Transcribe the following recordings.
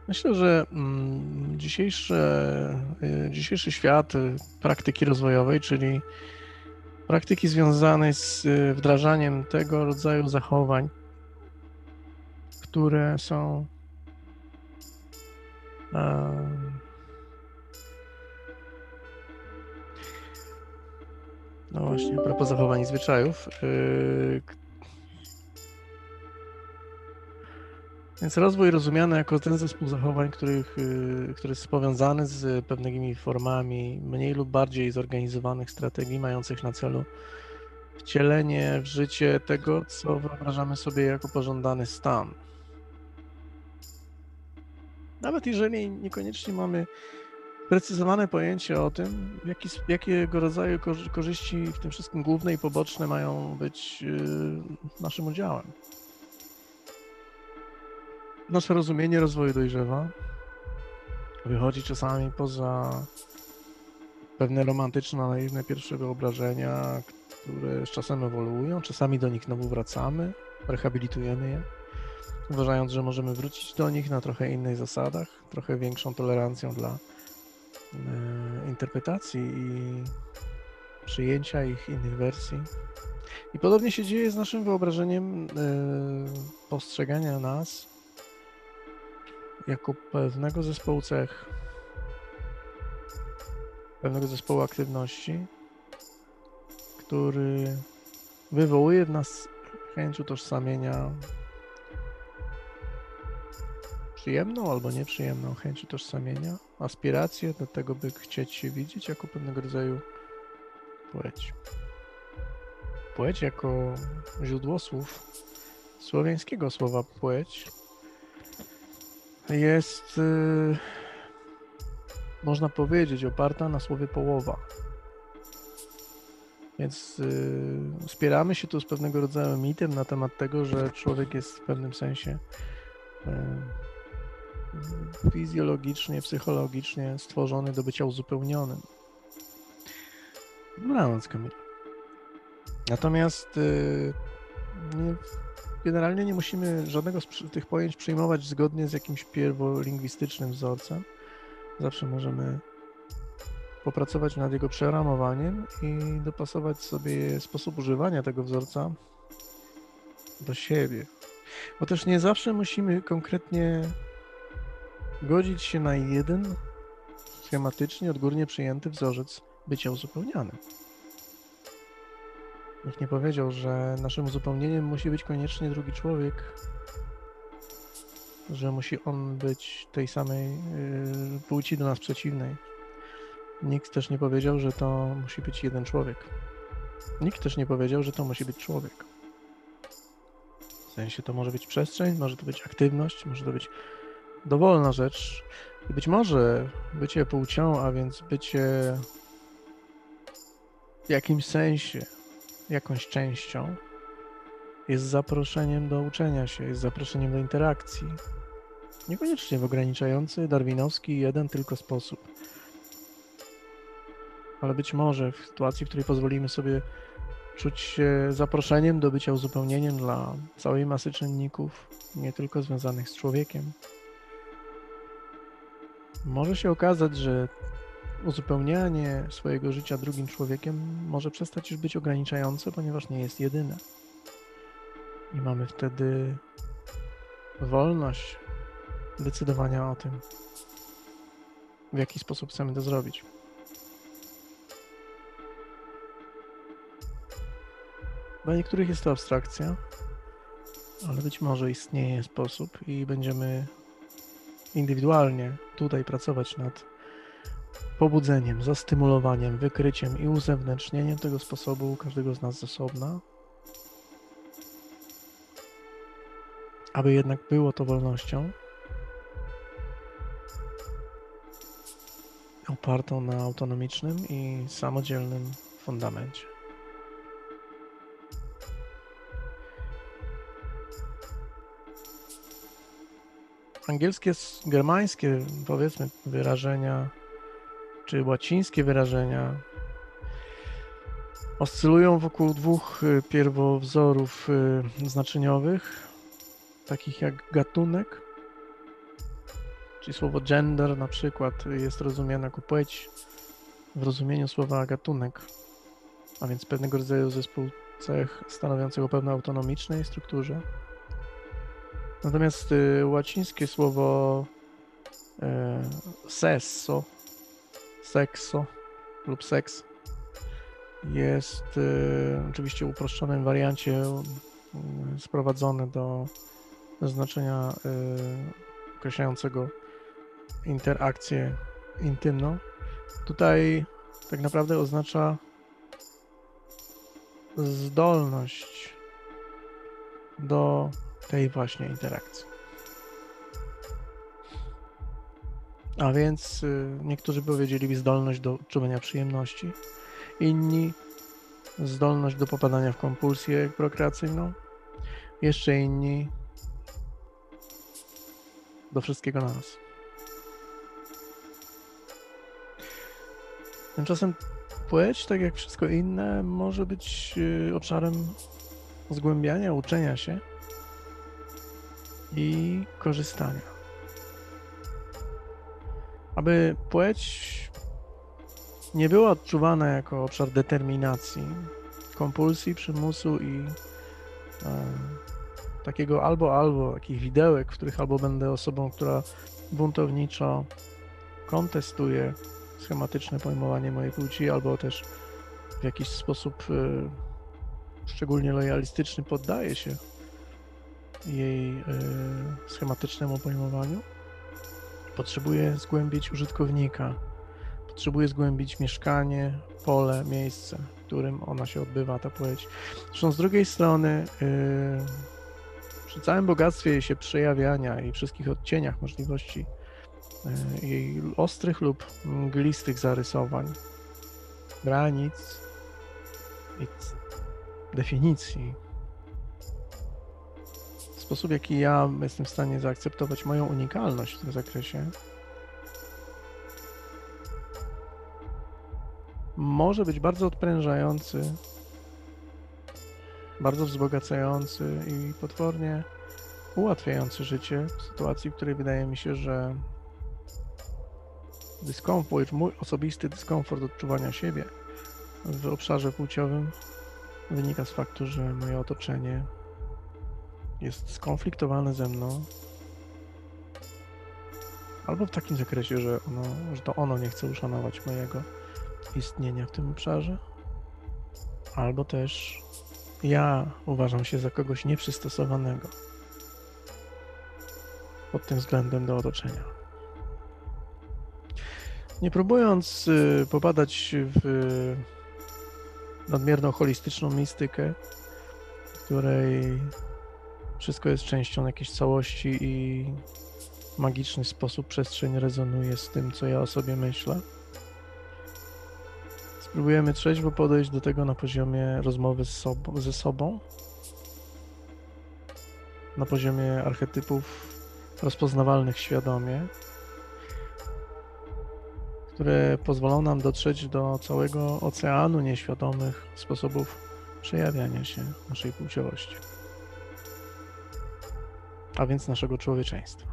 Myślę, że dzisiejszy świat praktyki rozwojowej, czyli praktyki związanej z wdrażaniem tego rodzaju zachowań, które są no właśnie, a propos zachowań i zwyczajów, więc rozwój rozumiany jako ten zespół zachowań, który jest powiązany z pewnymi formami mniej lub bardziej zorganizowanych strategii mających na celu wcielenie w życie tego, co wyobrażamy sobie jako pożądany stan. Nawet jeżeli niekoniecznie mamy precyzowane pojęcie o tym, jakiego rodzaju korzyści, w tym wszystkim główne i poboczne, mają być naszym udziałem. Nasze rozumienie rozwoju dojrzewa, wychodzi czasami poza pewne romantyczne, naiwne pierwsze wyobrażenia, które z czasem ewoluują, czasami do nich znowu wracamy, rehabilitujemy je, uważając, że możemy wrócić do nich na trochę innych zasadach, trochę większą tolerancją dla interpretacji i przyjęcia ich innych wersji. I podobnie się dzieje z naszym wyobrażeniem postrzegania nas jako pewnego zespołu cech, pewnego zespołu aktywności, który wywołuje w nas chęć utożsamienia, przyjemną albo nieprzyjemną chęć utożsamienia, aspiracje do tego, by chcieć się widzieć jako pewnego rodzaju płeć. Płeć jako źródło słów, słowiańskiego słowa płeć, jest, można powiedzieć, oparta na słowie połowa. Więc spieramy się tu z pewnego rodzaju mitem na temat tego, że człowiek jest w pewnym sensie fizjologicznie, psychologicznie stworzony do bycia uzupełnionym. Dobranoc, Kamil. Natomiast generalnie nie musimy żadnego z tych pojęć przyjmować zgodnie z jakimś pierwolingwistycznym wzorcem. Zawsze możemy popracować nad jego przeramowaniem i dopasować sobie sposób używania tego wzorca do siebie. Bo też nie zawsze musimy konkretnie godzić się na jeden schematycznie, odgórnie przyjęty wzorzec bycia uzupełnianym. Nikt nie powiedział, że naszym uzupełnieniem musi być koniecznie drugi człowiek, że musi on być tej samej płci do nas przeciwnej. Nikt też nie powiedział, że to musi być jeden człowiek. Nikt też nie powiedział, że to musi być człowiek. W sensie to może być przestrzeń, może to być aktywność, może to być dowolna rzecz. I być może bycie płcią, a więc bycie w jakimś sensie, jakąś częścią, jest zaproszeniem do uczenia się, jest zaproszeniem do interakcji. Niekoniecznie w ograniczający, darwinowski, jeden tylko sposób. Ale być może w sytuacji, w której pozwolimy sobie czuć się zaproszeniem do bycia uzupełnieniem dla całej masy czynników, nie tylko związanych z człowiekiem, może się okazać, że uzupełnianie swojego życia drugim człowiekiem może przestać już być ograniczające, ponieważ nie jest jedyne. I mamy wtedy wolność decydowania o tym, w jaki sposób chcemy to zrobić. Dla niektórych jest to abstrakcja, ale być może istnieje sposób i będziemy indywidualnie tutaj pracować nad pobudzeniem, zastymulowaniem, wykryciem i uzewnętrznieniem tego sposobu każdego z nas z osobna, aby jednak było to wolnością opartą na autonomicznym i samodzielnym fundamencie. Angielskie, germańskie, powiedzmy, wyrażenia, czy łacińskie wyrażenia oscylują wokół dwóch pierwowzorów znaczeniowych, takich jak gatunek, czyli słowo gender na przykład jest rozumiane jako płeć w rozumieniu słowa gatunek, a więc pewnego rodzaju zespół cech stanowiących o pewnej autonomicznej strukturze. Natomiast łacińskie słowo sesso, sexo lub seks jest oczywiście w uproszczonym wariancie sprowadzone do znaczenia określającego interakcję intymną. Tutaj tak naprawdę oznacza zdolność do tej właśnie interakcji. A więc niektórzy powiedzieliby zdolność do odczuwania przyjemności, inni zdolność do popadania w kompulsję prokreacyjną, jeszcze inni do wszystkiego naraz. Tymczasem płeć, tak jak wszystko inne, może być obszarem zgłębiania, uczenia się i korzystania. Aby płeć nie była odczuwana jako obszar determinacji, kompulsji, przymusu i takiego albo takich widełek, w których albo będę osobą, która buntowniczo kontestuje schematyczne pojmowanie mojej płci, albo też w jakiś sposób szczególnie lojalistyczny poddaje się jej schematycznemu pojmowaniu. Potrzebuję zgłębić użytkownika, potrzebuję zgłębić mieszkanie, pole, miejsce, w którym ona się odbywa, ta płeć. Zresztą z drugiej strony przy całym bogactwie jej się przejawiania i wszystkich odcieniach możliwości jej ostrych lub mglistych zarysowań, granic i definicji, sposób, w jaki ja jestem w stanie zaakceptować moją unikalność w tym zakresie, może być bardzo odprężający, bardzo wzbogacający i potwornie ułatwiający życie w sytuacji, w której wydaje mi się, że dyskomfort, mój osobisty dyskomfort odczuwania siebie w obszarze płciowym wynika z faktu, że moje otoczenie jest skonfliktowane ze mną, albo w takim zakresie, że to ono nie chce uszanować mojego istnienia w tym obszarze, albo też ja uważam się za kogoś nieprzystosowanego pod tym względem do otoczenia. Nie próbując popadać w nadmierną holistyczną mistykę, w której wszystko jest częścią jakiejś całości i w magiczny sposób przestrzeń rezonuje z tym, co ja o sobie myślę. Spróbujemy trzeźwo podejść do tego na poziomie rozmowy ze sobą, na poziomie archetypów rozpoznawalnych świadomie, które pozwolą nam dotrzeć do całego oceanu nieświadomych sposobów przejawiania się naszej płciowości, a więc naszego człowieczeństwa.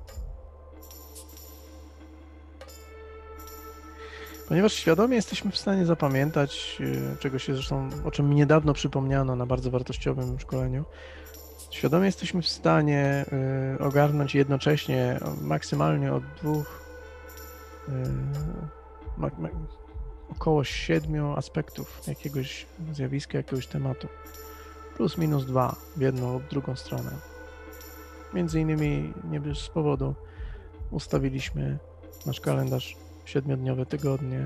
Ponieważ świadomie jesteśmy w stanie zapamiętać, o czym mi niedawno przypomniano na bardzo wartościowym szkoleniu, świadomie jesteśmy w stanie ogarnąć jednocześnie maksymalnie od około 7 aspektów jakiegoś zjawiska, jakiegoś tematu. Plus minus 2 w jedną lub drugą stronę. Między innymi nie bez powodu ustawiliśmy nasz kalendarz 7-dniowe tygodnie.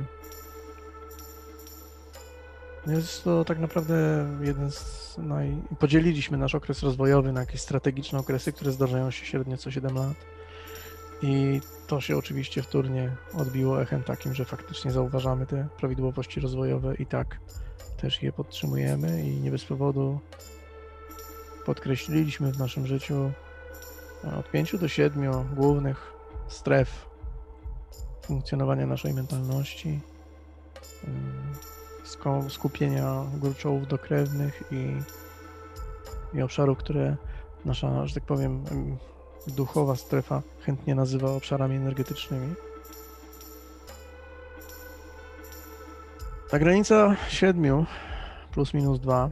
Jest to tak naprawdę podzieliliśmy nasz okres rozwojowy na jakieś strategiczne okresy, które zdarzają się średnio co 7 lat. I to się oczywiście wtórnie odbiło echem takim, że faktycznie zauważamy te prawidłowości rozwojowe i tak też je podtrzymujemy i nie bez powodu podkreśliliśmy w naszym życiu od 5 do 7 głównych stref funkcjonowania naszej mentalności, skupienia gruczołów dokrewnych i obszarów, które nasza, że tak powiem, duchowa strefa chętnie nazywa obszarami energetycznymi. Ta granica 7 plus minus 2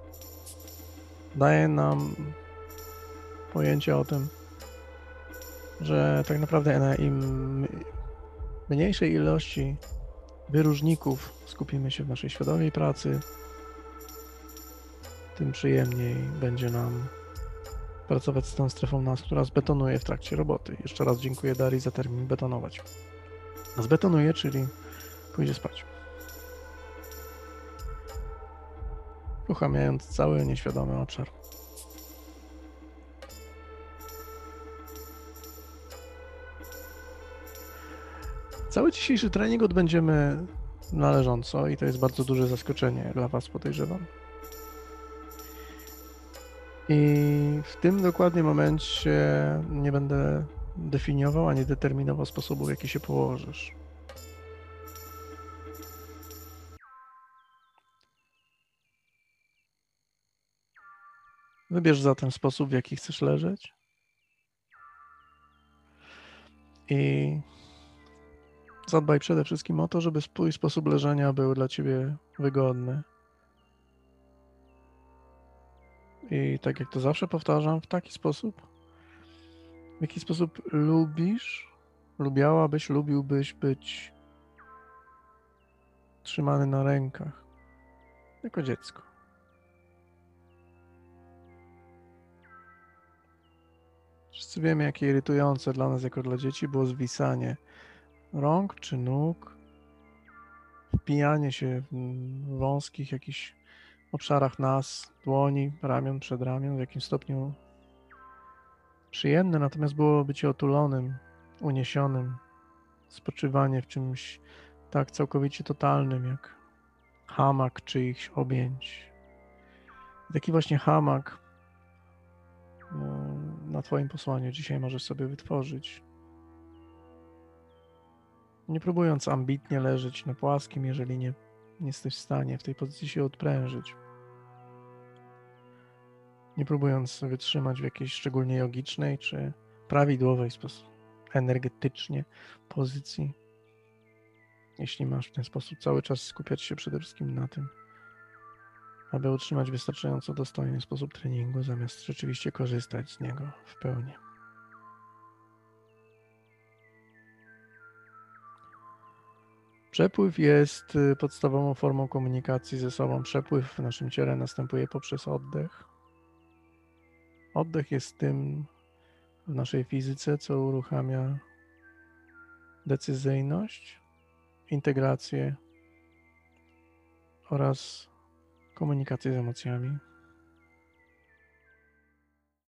daje nam pojęcie o tym, że tak naprawdę na im mniejszej ilości wyróżników skupimy się w naszej świadomej pracy, tym przyjemniej będzie nam pracować z tą strefą nas, która zbetonuje w trakcie roboty. Jeszcze raz dziękuję Darii za termin betonować. Zbetonuje, czyli pójdzie spać. Uruchamiając cały nieświadomy obszar. Cały dzisiejszy trening odbędziemy należąco i to jest bardzo duże zaskoczenie dla Was, podejrzewam. I w tym dokładnie momencie nie będę definiował ani determinował sposobu, w jaki się położysz. Wybierz zatem sposób, w jaki chcesz leżeć i zadbaj przede wszystkim o to, żeby twój sposób leżenia był dla Ciebie wygodny. I tak jak to zawsze powtarzam, w taki sposób, w jaki sposób lubiłbyś być trzymany na rękach, jako dziecko. Wszyscy wiemy, jakie irytujące dla nas, jako dla dzieci, było zwisanie rąk czy nóg, wpijanie się w wąskich jakichś obszarach nas, dłoni, ramion, przedramion, w jakim stopniu przyjemne, natomiast było bycie otulonym, uniesionym, spoczywanie w czymś tak całkowicie totalnym, jak hamak czyichś objęć. I taki właśnie hamak na Twoim posłaniu dzisiaj możesz sobie wytworzyć. Nie próbując ambitnie leżeć na płaskim, jeżeli nie jesteś w stanie w tej pozycji się odprężyć. Nie próbując wytrzymać w jakiejś szczególnie jogicznej czy prawidłowej sposób energetycznie pozycji. Jeśli masz w ten sposób cały czas skupiać się przede wszystkim na tym, aby utrzymać wystarczająco dostojny sposób treningu, zamiast rzeczywiście korzystać z niego w pełni. Przepływ jest podstawową formą komunikacji ze sobą. Przepływ w naszym ciele następuje poprzez oddech. Oddech jest tym w naszej fizyce, co uruchamia decyzyjność, integrację oraz komunikację z emocjami.